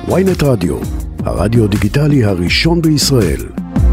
ynet רדיו, הרדיו דיגיטלי הראשון בישראל.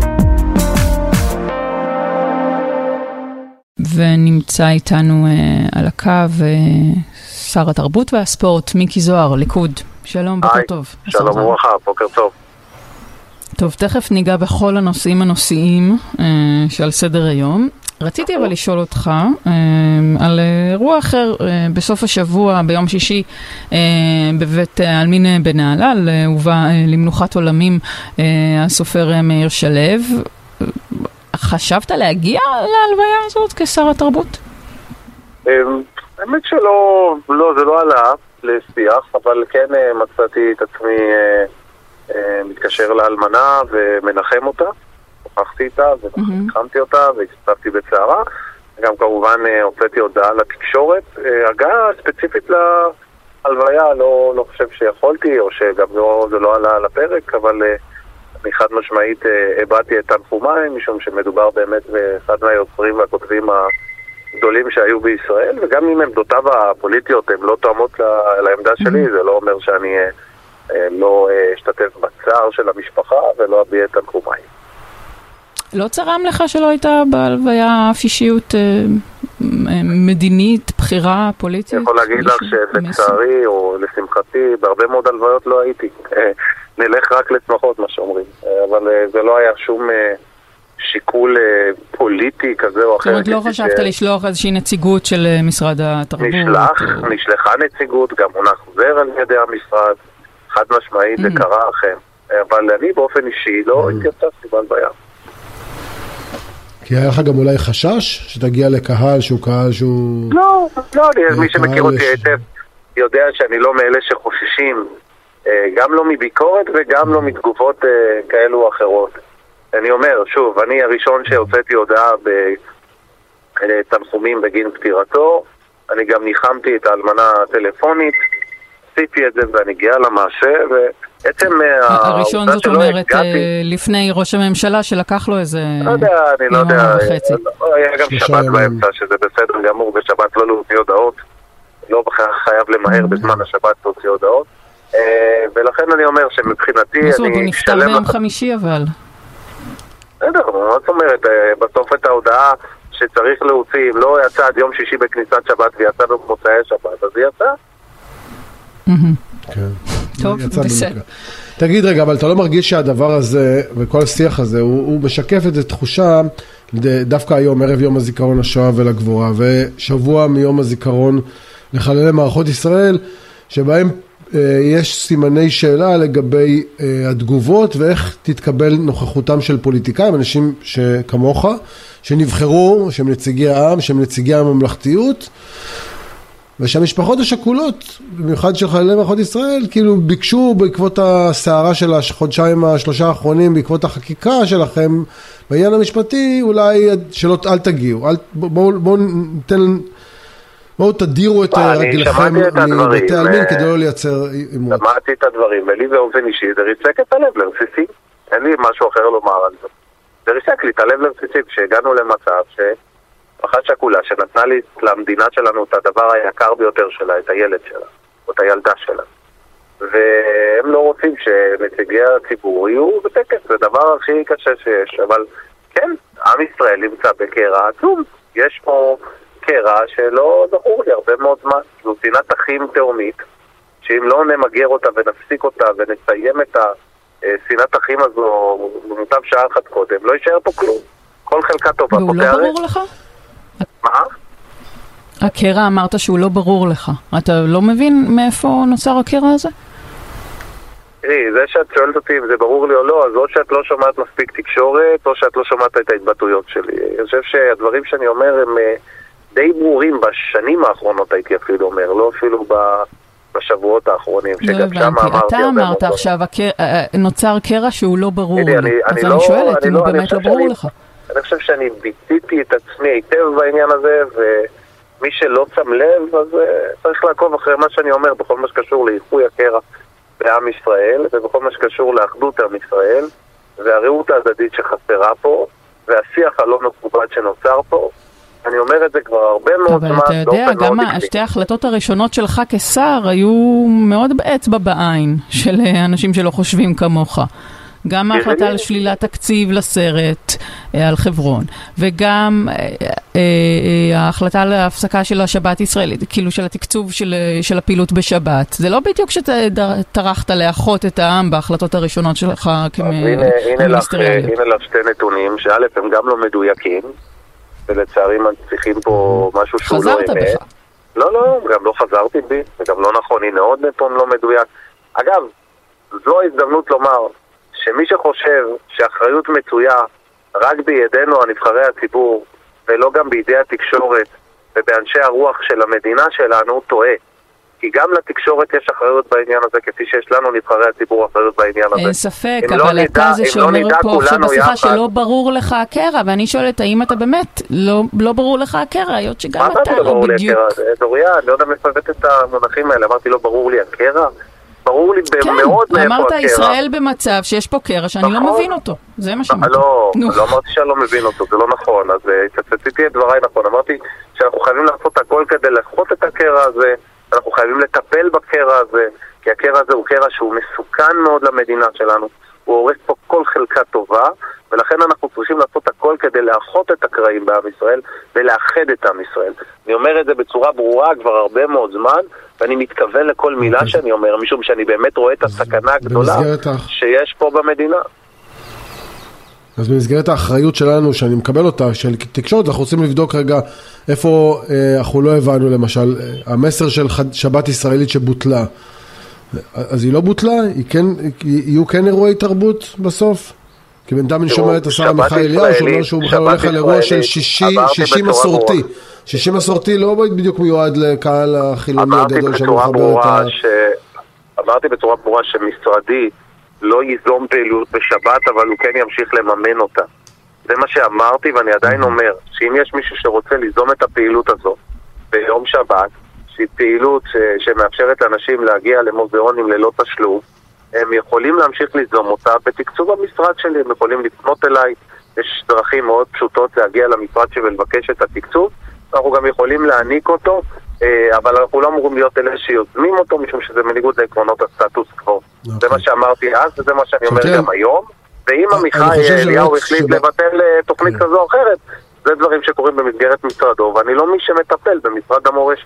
ונמצא איתנו על הקו שר התרבות והספורט מיקי זוהר, ליכוד. שלום, בוקר טוב. שלום וברכה, בוקר טוב. טוב, תכף ניגע בכל הנושאים שעל סדר היום. רציתי אבל לשאול אותך על אירוע אחר בסוף השבוע, ביום שישי, בבית העלמין בנהלל, הובא למנוחת עולמים הסופר מאיר שלו. חשבת להגיע להלוויה הזאת כשר התרבות? האמת שלא, זה לא עלה לשיח, אבל כן מצאתי את עצמי מתקשר לאלמנה ומנחם אותה. הוכחתי איתה ונחמתי אותה והצטרפתי בצערה. גם כמובן הוצאתי הודעה לתקשורת. הגעה ספציפית להלוויה לא חושב שיכולתי, או שגם זה לא עלה על הפרק, אבל אני חד משמעית הבאתי את תנחומיי, משום שמדובר באמת באחד מהיוצרים והכותבים הגדולים שהיו בישראל, וגם אם עמדותיו הפוליטיות הן לא תואמות לעמדה שלי, זה לא אומר שאני לא אשתתף בצער של המשפחה ולא אביע את תנחומיי. לא צרם לך שלא הייתה בהלוויה אף אישיות מדינית, בחירה, פוליטית? אני יכול להגיד לך שלצערי או לשמחתי, בהרבה מאוד הלוויות לא הייתי. נלך רק לשמחות, מה שאומרים. אבל זה לא היה שום שיקול פוליטי כזה או אחר. זאת אומרת, לא חשבת לשלוח איזושהי נציגות של משרד התרבות? נשלחה נציגות, גם הונח זר על ידי המשרד. חד משמעית, זה קרה לכם. אבל אני באופן אישי לא התייצבתי בהלוויה. כי היה לך גם אולי חשש שתגיע לקהל שהוא קהל שהוא... לא, מי שמכיר אותי היטב יודע שאני לא מאלה שחוששים, גם לא מביקורת וגם לא מתגובות כאלו או אחרות. אני אומר, שוב, אני הראשון שהוצאתי הודעה בתנחומים בגין פטירתו, אני גם ניחמתי את האלמנה הטלפונית, עשיתי את זה ואני גאה למעשה, בעצם הראשון זאת אומרת לפני ראש הממשלה שלקח לו איזה אני לא יודע, היה גם שבת באמצע שזה בסדר גמור, בשבת לא להוציא הודעות, לא חייב למהר בזמן השבת להוציא הודעות, ולכן אני אומר שמבחינתי הוא נפטר ביום חמישי אבל בסדר, זאת אומרת בסוף את ההודעה שצריך להוציא, אם לא יצא עד יום שישי בכניסת שבת ויצא במוצאי שבת, אז היא יצא. טוב, בסדר. תגיד רגע, אבל אתה לא מרגיש שהדבר הזה וכל השיח הזה הוא משקף את התחושה דווקא היום, ערב יום הזיכרון לשואה ולגבורה ושבוע מיום הזיכרון לחללי מערכות ישראל, שבהם יש סימני שאלה לגבי התגובות ואיך תתקבל נוכחותם של פוליטיקאים, אנשים שכמוך, שנבחרו, שהם נציגי העם, שהם נציגי הממלכתיות, ושהמשפחות השכולות, במיוחד של חללי מערכות ישראל, כאילו ביקשו בעקבות הסערה של החודשיים השלושה האחרונים, בעקבות החקיקה שלכם, בעניין המשפטי, אולי אל תגיעו, בואו תדירו את רגלכם מבתי העלמין כדי לא לייצר עימות. שמעתי את הדברים, ולי באופן אישי, זה ריסק את הלב לרסיסים, אין לי משהו אחר לומר על זה. זה ריסק לי את הלב לרסיסים, כשהגענו למצב משפחה שכולה שנתנה לי למדינה שלנו את הדבר היקר ביותר שלה, את הילד שלה, או את הילדה שלה. והם לא רוצים שנציגי הציבור יהיו בטקס, זה הדבר הכי קשה שיש. אבל כן, עם ישראל נמצא בקרע עצום. יש פה קרע שלא זכור לי הרבה מאוד זמן. זו שנאת אחים תאומית, שאם לא נמגר אותה ונפסיק אותה ונסיים את שנאת אחים הזו במוטב שעה אחת קודם, לא יישאר פה כלום. כל חלקה טובה. והוא לא ברור לך? מה? הקרע אמרת שהוא לא ברור לך. אתה לא מבין מאיפה נוצר הקרע הזה? תראי, זה שאת שואלת אותי אם זה ברור לי או לא, אז או שאת לא שומעת מספיק תקשורת, או שאת לא שומעת את ההתבטאויות שלי. אני חושב שהדברים שאני אומר הם די ברורים בשנים האחרונות, הייתי אפילו אומר, לא אפילו בשבועות האחרונים. לא הבנתי. אתה אמרת עכשיו, נוצר קרע שהוא לא ברור לי. אז אני שואלת אם הוא באמת לא ברור לך. אני חושב שאני ביציתי את עצמי היטב בעניין הזה, ומי שלא שם לב, אז צריך לעקוב אחרי מה שאני אומר, בכל מה שקשור לאיחוי הקרע בעם ישראל, ובכל מה שקשור לאחדות עם ישראל, והרעות ההדדית שחסרה פה, והשיח הלא מכובד שנוצר פה, אני אומר את זה כבר הרבה מאוד זמן. אבל אתה יודע, גם שתי ההחלטות הראשונות שלך כשר היו מאוד באצבע בעין של אנשים שלא חושבים כמוך. גם ההחלטה על שלילת תקציב לסרט על חברון, וגם ההחלטה על ההפסקה של השבת ישראלית, כאילו של התקצוב של הפעילות בשבת. זה לא בדיוק שטרחת לאחות את העם בהחלטות הראשונות שלך כמיניסטריאליות. הנה לך שתי נתונים, שא' הם גם לא מדויקים, ולצערי מנציחים פה משהו שהוא לא אמת. חזרת בך. לא, גם לא חזרתי בי, זה גם לא נכון, הנה עוד נתון לא מדויק. אגב, זו ההזדמנות לומר, שמי שחושב שאחריות מצויה רק בידינו הנבחרי הציבור ולא גם בידי התקשורת ובאנשי הרוח של המדינה שלנו, טועה. כי גם לתקשורת יש אחריות בעניין הזה, כפי שיש לנו נבחרי הציבור אחריות בעניין הזה. אין ספק, אבל אתה זה שאומר פה עכשיו בשיחה שלא ברור לך הקרע, ואני שואלת, האם אתה באמת לא ברור לך הקרע, היות שגם אתה לא בדיוק. דוריה, אני לא יודע מפרט את המונחים האלה, אמרתי לא ברור לי הקרע. ברור לי מאוד מאיפה הקרע. אמרת ישראל במצב שיש פה קרע שאני לא מבין אותו. זה מה שאמרתי. לא אמרתי שאני לא מבין אותו, זה לא נכון. אז התצציתי את דבריי נכון. אמרתי שאנחנו חייבים לעשות הכל כדי לאחות את הקרע הזה, אנחנו חייבים לטפל בקרע הזה, כי הקרע הזה הוא קרע שהוא מסוכן מאוד למדינה שלנו. הוא הורס פה כל חלקה טובה, ולכן אנחנו צריכים לעשות הכל כדי לאחות את הקרעים בעם ישראל ולאחד את עם ישראל. אני אומר את זה בצורה ברורה כבר הרבה מאוד זמן, ואני מתכוון לכל מילה שאני אומר, משום שאני באמת רואה את הסכנה הגדולה שיש פה במדינה. אז במסגרת האחריות שלנו, שאני מקבל אותה, של תקשורת, אנחנו רוצים לבדוק רגע איפה אנחנו לא הבנו, למשל, המסר של שבת ישראלית שבוטלה. אז היא לא בוטלה? יהיו כן אירועי תרבות בסוף? כי בינתיים אני שומע את השר עמיחי אליהו, שאומר שהוא בכלל הולך על אירוע של 60 מסורתי. 60 מסורתי לא בדיוק מיועד לקהל החילוני הגדול שאני מחבר את ה... אמרתי בצורה ברורה שמשרדי לא ייזום פעילות בשבת, אבל הוא כן ימשיך לממן אותה. זה מה שאמרתי, ואני עדיין אומר, שאם יש מישהו שרוצה ליזום את הפעילות הזו ביום שבת, שהיא פעילות שמאפשרת לאנשים להגיע למוזיאונים ללא תשלום, הם יכולים להמשיך ליזום אותה בתקצוב המשרד שלי, הם יכולים לפנות אליי, יש דרכים מאוד פשוטות להגיע למשרד שלי ולבקש את התקצוב, אנחנו גם יכולים להעניק אותו, אבל אנחנו לא אמורים להיות אלה שיוזמים אותו, משום שזה מניגוד לעקרונות הסטטוס קוו. זה מה שאמרתי אז, וזה מה שאני אומר גם היום, ואם עמיחי אליהו החליט לבטל תוכנית כזו או אחרת, זה דברים שקורים במסגרת משרדו, ואני לא מי שמטפל במשרד המורשת.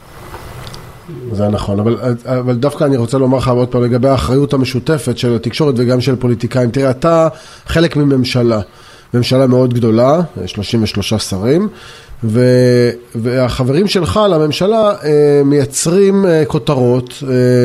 זה נכון, אבל דווקא אני רוצה לומר לך עוד פעם לגבי האחריות המשותפת של התקשורת וגם של פוליטיקאים. תראה, אתה חלק מממשלה, ממשלה מאוד גדולה, 33 שרים, והחברים שלך לממשלה מייצרים כותרות,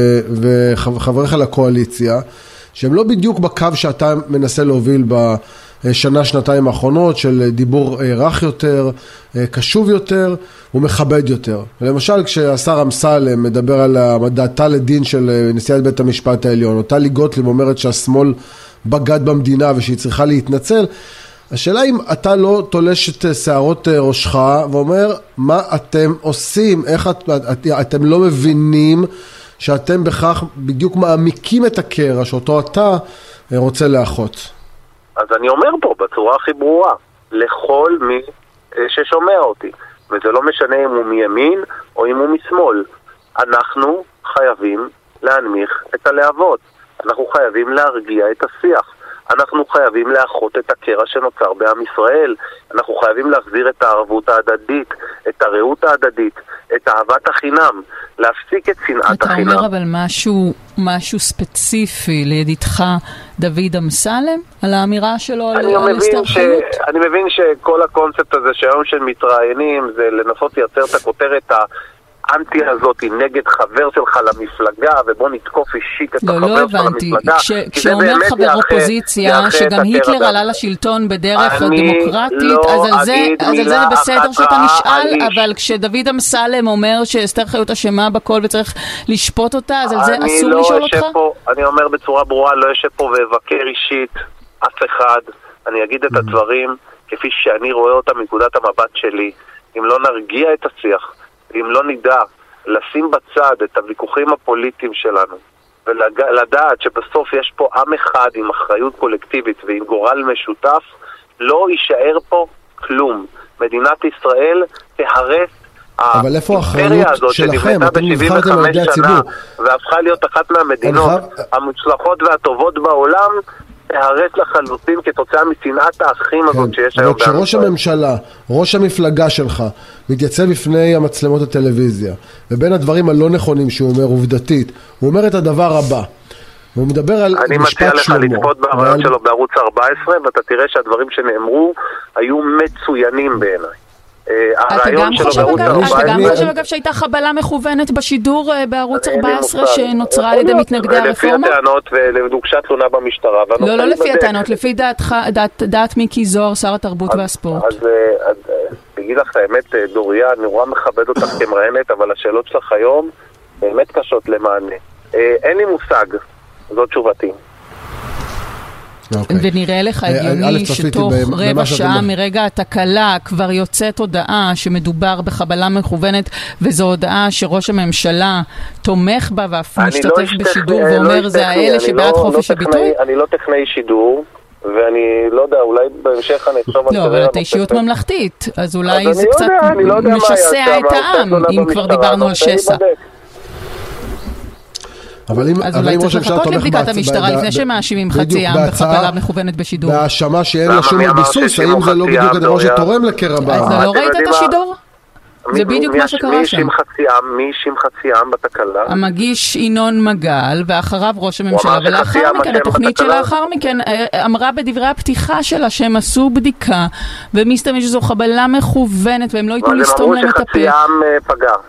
וחבריך לקואליציה, שהם לא בדיוק בקו שאתה מנסה להוביל בשנה, שנתיים האחרונות, של דיבור רך יותר, קשוב יותר ומכבד יותר. למשל, כשהשר אמסלם מדבר על העמדתה לדין של נשיאת בית המשפט העליון, או טלי גוטליב אומרת שהשמאל בגד במדינה ושהיא צריכה להתנצל, השאלה אם אתה לא תולש את שערות ראשך ואומר, מה אתם עושים? איך אתם לא מבינים שאתם בכך בדיוק מעמיקים את הקרע שאותו אתה רוצה לאחות? אז אני אומר פה בצורה הכי ברורה, לכל מי ששומע אותי, וזה לא משנה אם הוא מימין או אם הוא משמאל, אנחנו חייבים להנמיך את הלהבות, אנחנו חייבים להרגיע את השיח, אנחנו חייבים לאחות את הקרע שנוצר בעם ישראל, אנחנו חייבים להחזיר את הערבות ההדדית, את הרעות ההדדית, את אהבת החינם, להפסיק את שנאת החינם. אתה אומר אבל משהו ספציפי לידידך דוד אמסלם על האמירה שלו על הסתר חיות? אני מבין שכל הקונספט הזה שהיום של מתראיינים זה לנסות לייצר את הכותרת האנטי הזאת נגד חבר שלך למפלגה, ובוא נתקוף אישית את החבר שלך למפלגה. כשאומר חבר אופוזיציה שגם היטלר עלה לשלטון בדרך דמוקרטית, אז על זה בסדר שאתה נשאל, אבל כשדוד אמסלם אומר שאסתר חיות אשמה בכל וצריך לשפוט אותה, אז על זה אסור לשאול אותך? אני אומר בצורה ברורה, לא יושב פה ואבקר אישית אף אחד, אני אגיד את הדברים כפי שאני רואה אותם מנקודת המבט שלי. אם לא נרגיע את השיח, אם לא נדע לשים בצד את הוויכוחים הפוליטיים שלנו ולדעת שבסוף יש פה עם אחד עם אחריות קולקטיבית ועם גורל משותף, לא יישאר פה כלום. מדינת ישראל תהרס אבל איפה האחריות שלכם? אתם נבחרתם על ידי הציבור. והפכה להיות אחת מהמדינות המוצלחות והטובות בעולם, תהרס לחלוטין כתוצאה משנאת האחים הזאת שיש היום. אבל כשראש הממשלה, ראש המפלגה שלך, מתייצב בפני המצלמות הטלוויזיה, ובין הדברים הלא נכונים שהוא אומר עובדתית, הוא אומר את הדבר הבא. הוא מדבר על משפט שלמה. אני מציע לך לצפות ברעיון שלו בערוץ 14, ואתה תראה שהדברים שנאמרו היו מצוינים בעיניי. אתה גם חושב אגב שהייתה חבלה מכוונת בשידור בערוץ 14 שנוצרה על ידי מתנגדי הרפורמה? לפי הטענות והוגשה תלונה במשטרה. לא לפי הטענות, לפי דעת מיקי זוהר, שר התרבות והספורט. אז תגיד לך האמת, דוריה, אני רואה מכבד אותך כמראיינת, אבל השאלות שלך היום באמת קשות למענה. אין לי מושג, זאת תשובתי. ונראה לך הגיוני שתוך רבע שעה מרגע התקלה כבר יוצאת הודעה שמדובר בחבלה מכוונת, וזו הודעה שראש הממשלה תומך בה ואף משתתף בשידור ואומר זה האלה שבעד חופש הביטוי? אני לא טכנאי שידור ואני לא יודע, אולי בהמשך אני אחשוב על לא, אבל אתה אישיות ממלכתית, אז אולי זה קצת משסע את העם אם כבר דיברנו על שסע. אז אולי צריך לחכות לבדיקת המשטרה לפני שמאשימים חצי עם בחבלה מכוונת בשידור. בהאשמה שאין לה שום ביסוס, האם זה לא בדיוק הדבר שתורם לקרע בעם? אז לא ראית את השידור? זה בדיוק מה שקרה שם. מי האשים חצי עם בתקלה? המגיש ינון מגל, ואחריו ראש הממשלה, ולאחר מכן, התוכנית שלאחר מכן אמרה בדברי הפתיחה שלה שהם עשו בדיקה, ומסתמש שזו חבלה מכוונת, והם לא ייתנו לסתום להם את הפה. אבל הם אמרו שחצי עם פגע.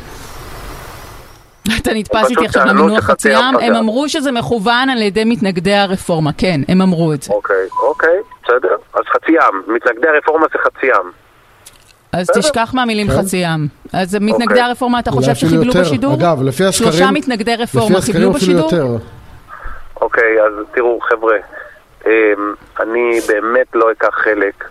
אתה נתפס איתי עכשיו למינוח חצי עם, הם אמרו שזה מכוון על ידי מתנגדי הרפורמה, כן, הם אמרו את זה. אוקיי, בסדר. אז חצי עם, מתנגדי הרפורמה זה חצי עם. אז תשכח מהמילים חצי עם. אז מתנגדי הרפורמה, אתה חושב שחיבלו בשידור? אגב, לפי הסקרים... 3 מתנגדי רפורמה חיבלו בשידור? אוקיי, אז תראו, חבר'ה, אני באמת לא אקח חלק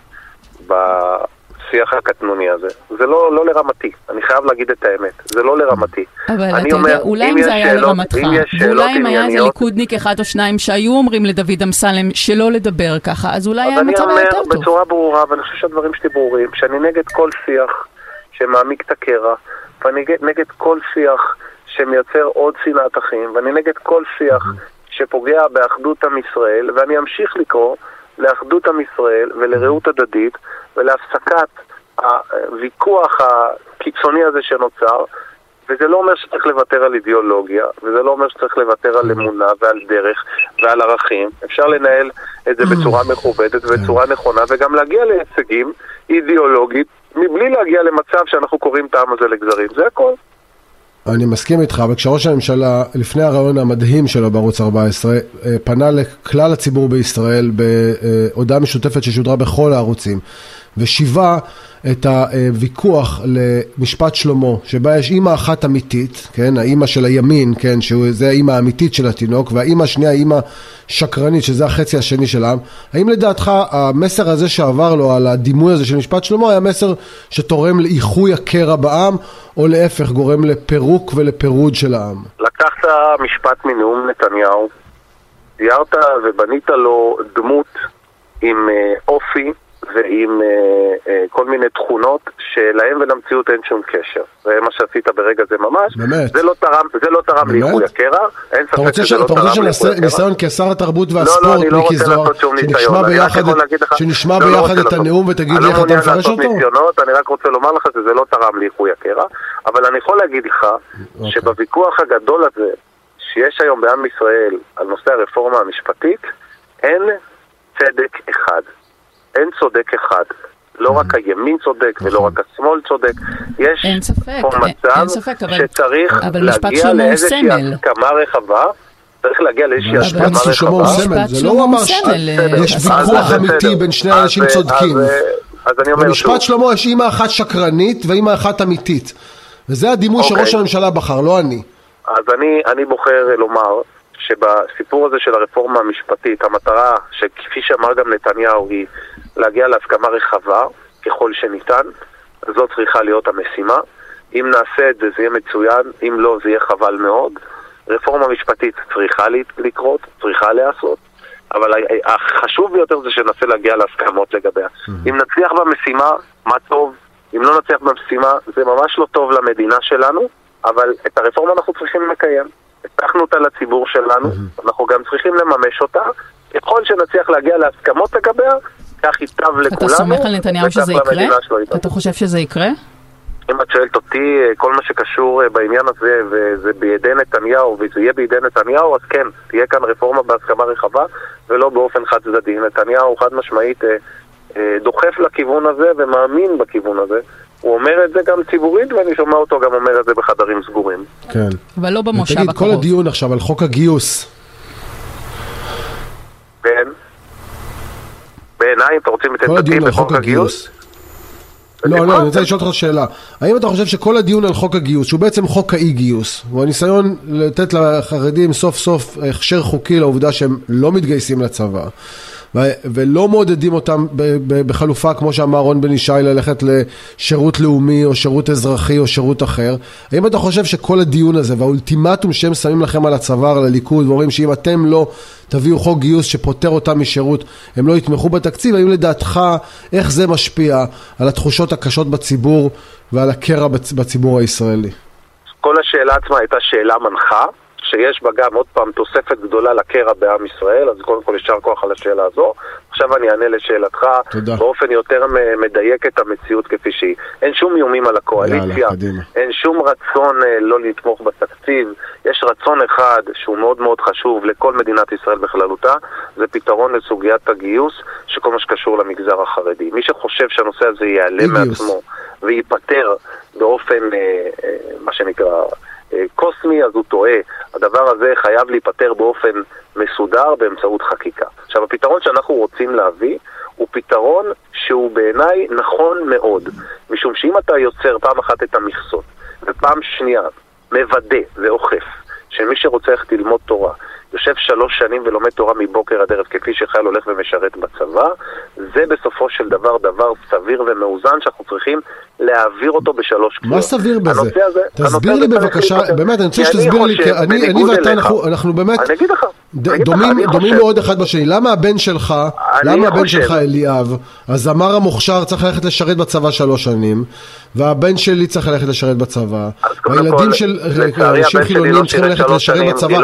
בשיח הקטנוני הזה. זה לא לרמתי, אני חייב להגיד את האמת. זה לא לרמתי. אבל אתה יודע, אולי אם זה היה לרמתך, ואולי אם היה איזה ליכודניק אחד או שניים שהיו אומרים לדוד אמסלם שלא לדבר ככה, אז אולי היה מצב יותר טוב. אני אומר בצורה ברורה, ואני חושב שהדברים שלי ברורים, שאני נגד כל שיח שמעמיק את הקרע, ואני נגד כל שיח שמייצר עוד שנאת אחים, ואני נגד כל שיח שפוגע באחדות עם ישראל, ואני אמשיך לקרוא לאחדות עם ישראל ולרעות הדדית ולהפסקת הוויכוח הקיצוני הזה שנוצר, וזה לא אומר שצריך לוותר על אידיאולוגיה, וזה לא אומר שצריך לוותר על אמונה ועל דרך ועל ערכים. אפשר לנהל את זה בצורה מכובדת ובצורה נכונה, וגם להגיע להישגים אידיאולוגית, מבלי להגיע למצב שאנחנו קוראים את העם הזה לגזרים. זה הכל. אני מסכים איתך, אבל כשראש הממשלה, לפני הרעיון המדהים שלו בערוץ 14, פנה לכלל הציבור בישראל בהודעה משותפת ששודרה בכל הערוצים, ושיבה את הוויכוח למשפט שלמה, שבה יש אימא אחת אמיתית, כן, האימא של הימין, כן, שזה האימא האמיתית של התינוק, והאימא השנייה, האימא שקרנית, שזה החצי השני של העם. האם לדעתך המסר הזה שעבר לו על הדימוי הזה של משפט שלמה, היה מסר שתורם לאיחוי הקרע בעם, או להפך גורם לפירוק ולפירוד של העם? לקחת משפט מנאום נתניהו, ציירת ובנית לו דמות עם אופי, ועם כל מיני תכונות שלהם ולמציאות אין שום קשר. זה מה שעשית ברגע זה ממש. באמת? זה לא תרם לאיחוי הקרע. אין ספק שזה לא תרם לאיחוי הקרע. אתה רוצה ניסיון כשר התרבות והספורט, מיקי זוהר, שנשמע ביחד את הנאום ותגיד לי איך אתה מפרש אותו? אני רק רוצה לומר לך שזה לא תרם לאיחוי הקרע, אבל אני יכול להגיד לך שבוויכוח הגדול הזה שיש היום בעם ישראל על נושא הרפורמה המשפטית, אין צדק אחד. אין צודק אחד. לא רק הימין צודק ולא רק השמאל צודק. יש פה מצב שצריך להגיע לאיזושהי הסכמה רחבה. צריך להגיע לאיזושהי הסכמה רחבה. זה לא ממש יש ויכוח אמיתי בין שני אנשים צודקים. במשפט שלמה יש אימא אחת שקרנית ואימא אחת אמיתית. וזה הדימוי שראש הממשלה בחר, לא אני. אז אני בוחר לומר שבסיפור הזה של הרפורמה המשפטית, המטרה שכפי שאמר גם נתניהו היא להגיע להסכמה רחבה ככל שניתן. זאת צריכה להיות המשימה. אם נעשה את זה, זה יהיה מצוין. אם לא, זה יהיה חבל מאוד. רפורמה משפטית צריכה לקרות, צריכה לעשות. אבל החשוב ביותר זה שננסה להגיע להסכמות לגביה. אם נצליח במשימה, מה טוב. אם לא נצליח במשימה, זה ממש לא טוב למדינה שלנו, אבל את הרפורמה אנחנו צריכים לקיים. הבטחנו אותה לציבור שלנו, אנחנו גם צריכים לממש אותה. ככל שנצליח להגיע להסכמות לגביה, כך ייטב לכולנו. אתה סומך על נתניהו שזה יקרה? אתה חושב שזה יקרה? אם את שואלת אותי, כל מה שקשור בעניין הזה, וזה בידי נתניהו, וזה יהיה בידי נתניהו, אז כן, תהיה כאן רפורמה בהסכמה רחבה, ולא באופן חד צדדי. נתניהו חד משמעית דוחף לכיוון הזה, ומאמין בכיוון הזה. הוא אומר את זה גם ציבורית, ואני שומע אותו גם אומר את זה בחדרים סגורים. כן. אבל לא במושב הקרוב. הקרוב. כל הדיון עכשיו על חוק הגיוס. כן. בעיניי, אתה רוצים את עמדתי בחוק הגיוס? לא, אני רוצה לשאול אותך שאלה. האם אתה חושב שכל הדיון על חוק הגיוס, שהוא בעצם חוק האי-גיוס, הוא הניסיון לתת לחרדים סוף סוף הכשר חוקי לעובדה שהם לא מתגייסים לצבא, ולא מעודדים אותם בחלופה, כמו שאמר רון בן ישי, ללכת לשירות לאומי או שירות אזרחי או שירות אחר. האם אתה חושב שכל הדיון הזה והאולטימטום שהם שמים לכם על הצוואר, על הליכוד, ואומרים שאם אתם לא תביאו חוק גיוס שפותר אותם משירות, הם לא יתמכו בתקציב, האם לדעתך איך זה משפיע על התחושות הקשות בציבור ועל הקרע בציבור הישראלי? כל השאלה עצמה הייתה שאלה מנחה, שיש בה גם עוד פעם תוספת גדולה לקרע בעם ישראל, אז קודם כל ישר כוח על השאלה הזו. עכשיו אני אענה לשאלתך באופן יותר מדייק את המציאות כפי שהיא. אין שום איומים על הקואליציה, אין שום רצון לא לתמוך בתקציב, יש רצון אחד שהוא מאוד מאוד חשוב לכל מדינת ישראל בכללותה, זה פתרון לסוגיית הגיוס, שכל מה שקשור למגזר החרדי. מי שחושב שהנושא הזה ייעלם מעצמו וייפטר באופן, מה שנקרא, קוסמי, אז הוא טועה. הדבר הזה חייב להיפטר באופן מסודר באמצעות חקיקה. עכשיו, הפתרון שאנחנו רוצים להביא הוא פתרון שהוא בעיניי נכון מאוד, משום שאם אתה יוצר פעם אחת את המכסות ופעם שנייה מוודא ואוכף שמי שרוצה איך ללמוד תורה יושב 3 שנים ולומד תורה מבוקר עד ערב כפי שחייל הולך ומשרת בצבא, זה בסופו של דבר סביר ומאוזן שאנחנו צריכים להעביר אותו ב3 קריאות. מה סביר בזה? תסביר לי בבקשה, באמת, אני רוצה שתסביר לי, כי אני ואתה, אנחנו באמת דומים מאוד אחד בשני. למה הבן שלך אליאב, הזמר המוכשר צריך ללכת לשרת בצבא 3 שנים, והבן שלי צריך ללכת לשרת בצבא, והילדים של אנשים חילונים צריכים ללכת לשרת בצבא.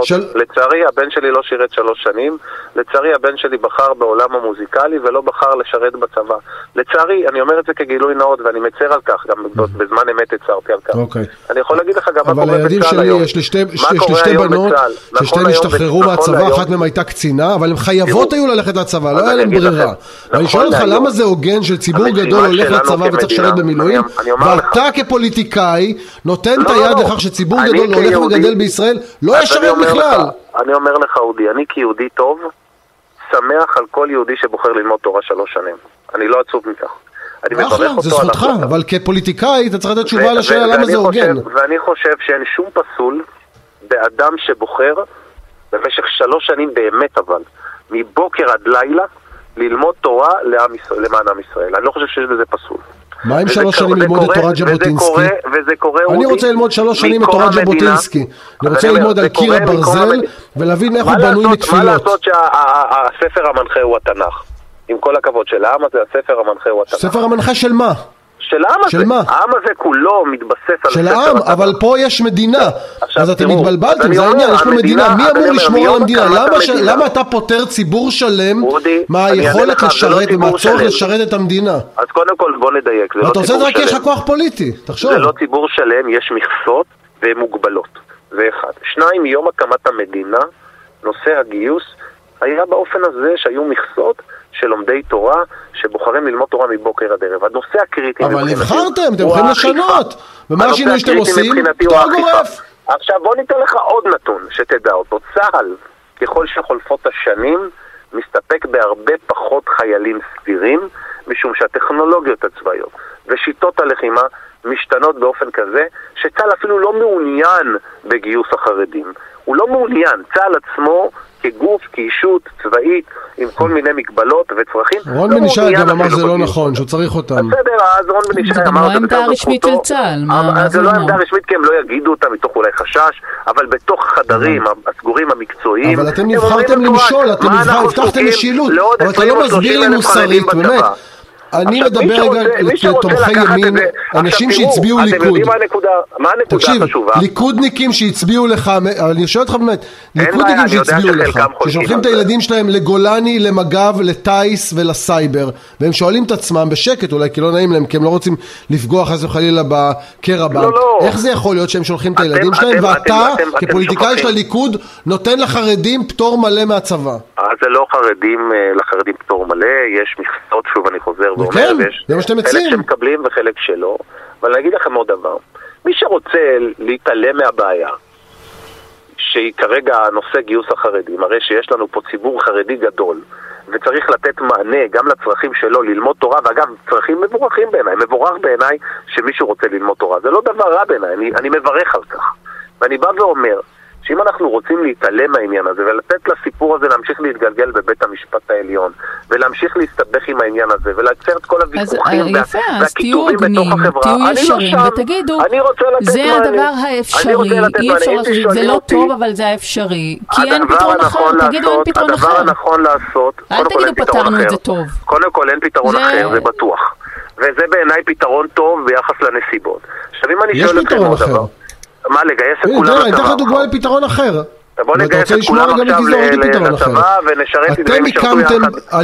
לצערי הבן שלי לא שירת 3 שנים, לצערי הבן שלי בחר בעולם המוזיקלי ולא בחר לשרת בצבא. לצערי, אני אומר את זה כגילוי נאות ואני מצר על כך, גם בזמן אמת הצרתי על כך. אני יכול להגיד לך גם מה קורה בצה"ל היום. יש לי שתי בנות ששתיהן השתחררו מהצבא, אחת מהן הייתה קצינה, אבל הן חייבות היו ללכת לצבא, לא היה להם ברירה. ואני שואל אותך למה זה הוגן של ציבור גדול הולך לצבא וצריך לשרת במילואים, ואתה כפוליטיקאי נותן את היד לכך שציבור גדול הולך וגדל בישראל לא ישרת בכלל. אני אומר לך, אודי, אני כיהודי טוב שמח על כל יהודי שבוחר ללמוד תורה 3 שנים. אני לא עצוב מכך. אחלה, זה זכותך, אבל כפוליטיקאי אתה צריך לתת תשובה על השאלה למה זה הוגן. ואני חושב שאין שום פסול באדם שבוחר במשך 3 שנים באמת, אבל מבוקר עד לילה ללמוד תורה למען עם ישראל. אני לא חושב שיש בזה פסול. מה עם 3 שנים ללמוד את תורת ז'בוטינסקי? אני רוצה ללמוד 3 שנים את תורת ז'בוטינסקי. אני רוצה ללמוד על קיר הברזל ולהבין איך הוא בנוי מתפילות. מה לעשות שהספר המנחה הוא התנ"ך? עם כל הכבוד של העם הזה, הספר המנחה הוא התנ"ך. ספר המנחה של מה? של העם הזה. העם הזה כולו מתבסס על של העם, אבל פה יש מדינה. אז אתם התבלבלתם, זה העניין, יש פה מדינה. מי אמור לשמור על המדינה? למה אתה פותר ציבור שלם מהיכולת לשרת ומהצורך לשרת את המדינה? אז קודם כל בוא נדייק. אתה עושה את זה רק יש לך כוח פוליטי, תחשוב. זה לא ציבור שלם, יש מכסות והן מוגבלות. זה אחד. 2, מיום הקמת המדינה, נושא הגיוס היה באופן הזה שהיו מכסות של לומדי תורה שבוחרים ללמוד תורה מבוקר עד ערב. הנושא הקריטי... אבל נבחרתם, אתם יכולים לשנות. ומה השינוי שאתם עושים? פתור גורף. עכשיו בוא ניתן לך עוד נתון שתדע אותו. צה"ל, ככל שחולפות השנים, מסתפק בהרבה פחות חיילים סבירים, משום שהטכנולוגיות הצבאיות ושיטות הלחימה משתנות באופן כזה שצה"ל אפילו לא מעוניין בגיוס החרדים. הוא לא מעוניין. צה"ל עצמו כגוף, כאישות צבאית, עם כל מיני מגבלות וצרכים. רון בן ישי גם אמר שזה לא נכון, שהוא צריך אותם. בסדר, אז רון בן ישי אמר... זה גם לא העמדה הרשמית של צה"ל. זה לא העמדה הרשמית, כי הם לא יגידו אותה מתוך אולי חשש, אבל בתוך חדרים הסגורים המקצועיים... אבל אתם נבחרתם למשול, אתם הבטחתם משילות, אבל אתה לא מסביר לי מוסרית, באמת. אני מדבר רגע לתומכי ימין, אנשים שהצביעו ליכוד. אתם יודעים מה הנקודה החשובה? ליכודניקים שהצביעו לך, אני שואל אותך באמת, ליכודניקים שהצביעו לך, ששולחים את הילדים שלהם לגולני, למג"ב, לטייס ולסייבר, והם שואלים את עצמם בשקט אולי, כי לא נעים להם, כי הם לא רוצים לפגוע חס וחלילה בקרע בעם. איך זה יכול להיות שהם שולחים את הילדים שלהם, ואתה, כפוליטיקאי של הליכוד, נותן לחרדים פטור מלא מהצבא? זה לא חרדים, לחרדים פטור מלא, יש מכסות, שוב אני חוזר ואומר, ויש חלק שמקבלים וחלק שלא, אבל אני אגיד לכם עוד דבר, מי שרוצה להתעלם מהבעיה, שהיא כרגע נושא גיוס החרדים, הרי שיש לנו פה ציבור חרדי גדול, וצריך לתת מענה גם לצרכים שלו ללמוד תורה, ואגב, צרכים מבורכים בעיניי, מבורך בעיניי שמישהו רוצה ללמוד תורה, זה לא דבר רע בעיניי, אני מברך על כך, ואני בא ואומר, שאם אנחנו רוצים להתעלם מהעניין הזה ולתת לסיפור הזה להמשיך להתגלגל בבית המשפט העליון ולהמשיך להסתבך עם העניין הזה ולעצר את כל הוויכוחים והקיטורים בתוך החברה, תהיו ישרים ותגידו, זה הדבר האפשרי, אי אפשר לעשות, זה לא טוב אבל זה האפשרי, כי אין פתרון אחר, תגידו אין פתרון אחר. הדבר הנכון לעשות, אל תגידו פתרנו את זה טוב. קודם כל אין פתרון אחר, זה בטוח, וזה בעיניי פתרון טוב ביחס לנסיבות. עכשיו אם אני שואל אתכם עוד דבר, מה, לגייס את כולם לצבא? אני אתן לך דוגמה לפתרון אחר. בוא נגייס את כולם עכשיו לצבא ונשרת את זה אתם הקמתם,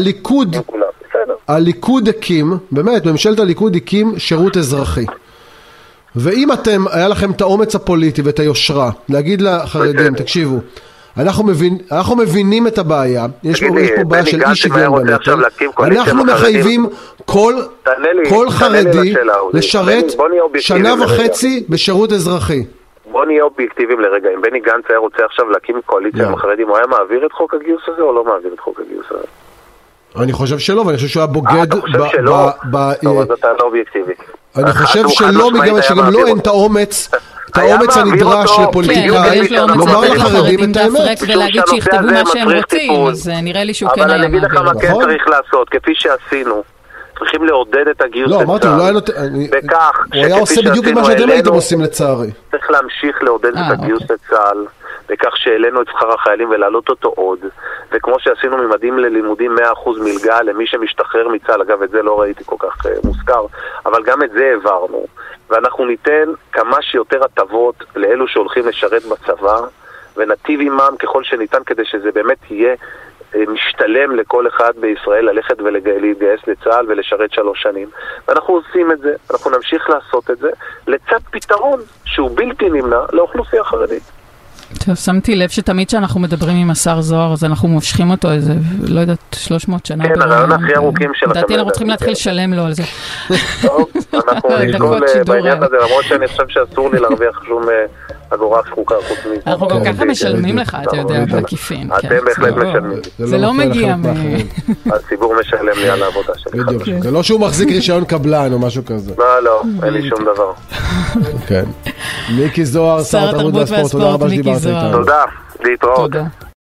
הליכוד הקים, באמת, ממשלת הליכוד הקים שירות אזרחי. ואם היה לכם את האומץ הפוליטי ואת היושרה, להגיד לחרדים, תקשיבו, אנחנו מבינים את הבעיה, יש פה בעיה של אי שוויון בנטל, אנחנו מחייבים כל חרדי לשרת 1.5 שנה בשירות אזרחי. בוא נהיה אובייקטיביים לרגע, אם בני גנץ היה רוצה עכשיו להקים קואליציה עם החרדים, הוא היה מעביר את חוק הגיוס הזה או לא מעביר את חוק הגיוס הזה? אני חושב שלא, ואני חושב שהוא היה בוגד אתה חושב שלא? טוב, אז אתה לא אובייקטיבי. אני חושב שלא, שגם לא אין את האומץ הנדרש לפוליטיקאי, לומר לחרדים את האמת. ולהגיד שיכתבו מה שהם רוצים, אז נראה לי שהוא כן היה מעביר. אבל אני אגיד לך מה כן צריך לעשות, כפי שעשינו, צריכים לעודד את הגיוס לצה"ל. לא, אמרתי, הוא היה עושה בדיוק את מה שאתם הייתם עושים לצערי. צריך להמשיך לעודד את הגיוס לצה"ל, בכך שהעלינו את שכר החיילים ולהעלות אותו עוד, וכמו שעשינו ממדים ללימודים 100% מלגה למי שמשתחרר מצה"ל, אגב את זה לא ראיתי כל כך מוזכר, אבל גם את זה העברנו, ואנחנו ניתן כמה שיותר הטבות לאלו שהולכים לשרת בצבא, ונטיב עמם ככל שניתן כדי שזה באמת יהיה משתלם לכל אחד בישראל ללכת ולהתגייס לצה"ל ולשרת 3 שנים. ואנחנו עושים את זה, אנחנו נמשיך לעשות את זה, לצד פתרון שהוא בלתי נמנע לאוכלוסייה חרדית. טוב, שמתי לב שתמיד שאנחנו מדברים עם השר זוהר, אז אנחנו מושכים אותו איזה, לא יודעת, 300 שנה. כן, הרעיון הכי ארוכים שלכם. לדעתי אנחנו צריכים להתחיל לשלם לו על זה. טוב, אנחנו נשקול בעניין הזה, למרות שאני חושב שאסור לי להרוויח שום אגורה שחוקה חוץ מזה. אנחנו גם ככה משלמים לך, אתה יודע, בעקיפין. אתם בהחלט משלמים. זה לא מגיע הציבור משלם לי על העבודה שלי. בדיוק, זה לא שהוא מחזיק רישיון קבלן או משהו כזה. לא, אין לי שום דבר. כן. מיקי זוהר, שר התרבות והספורט, תודה רבה שדיברת איתנו. תודה, להתראות.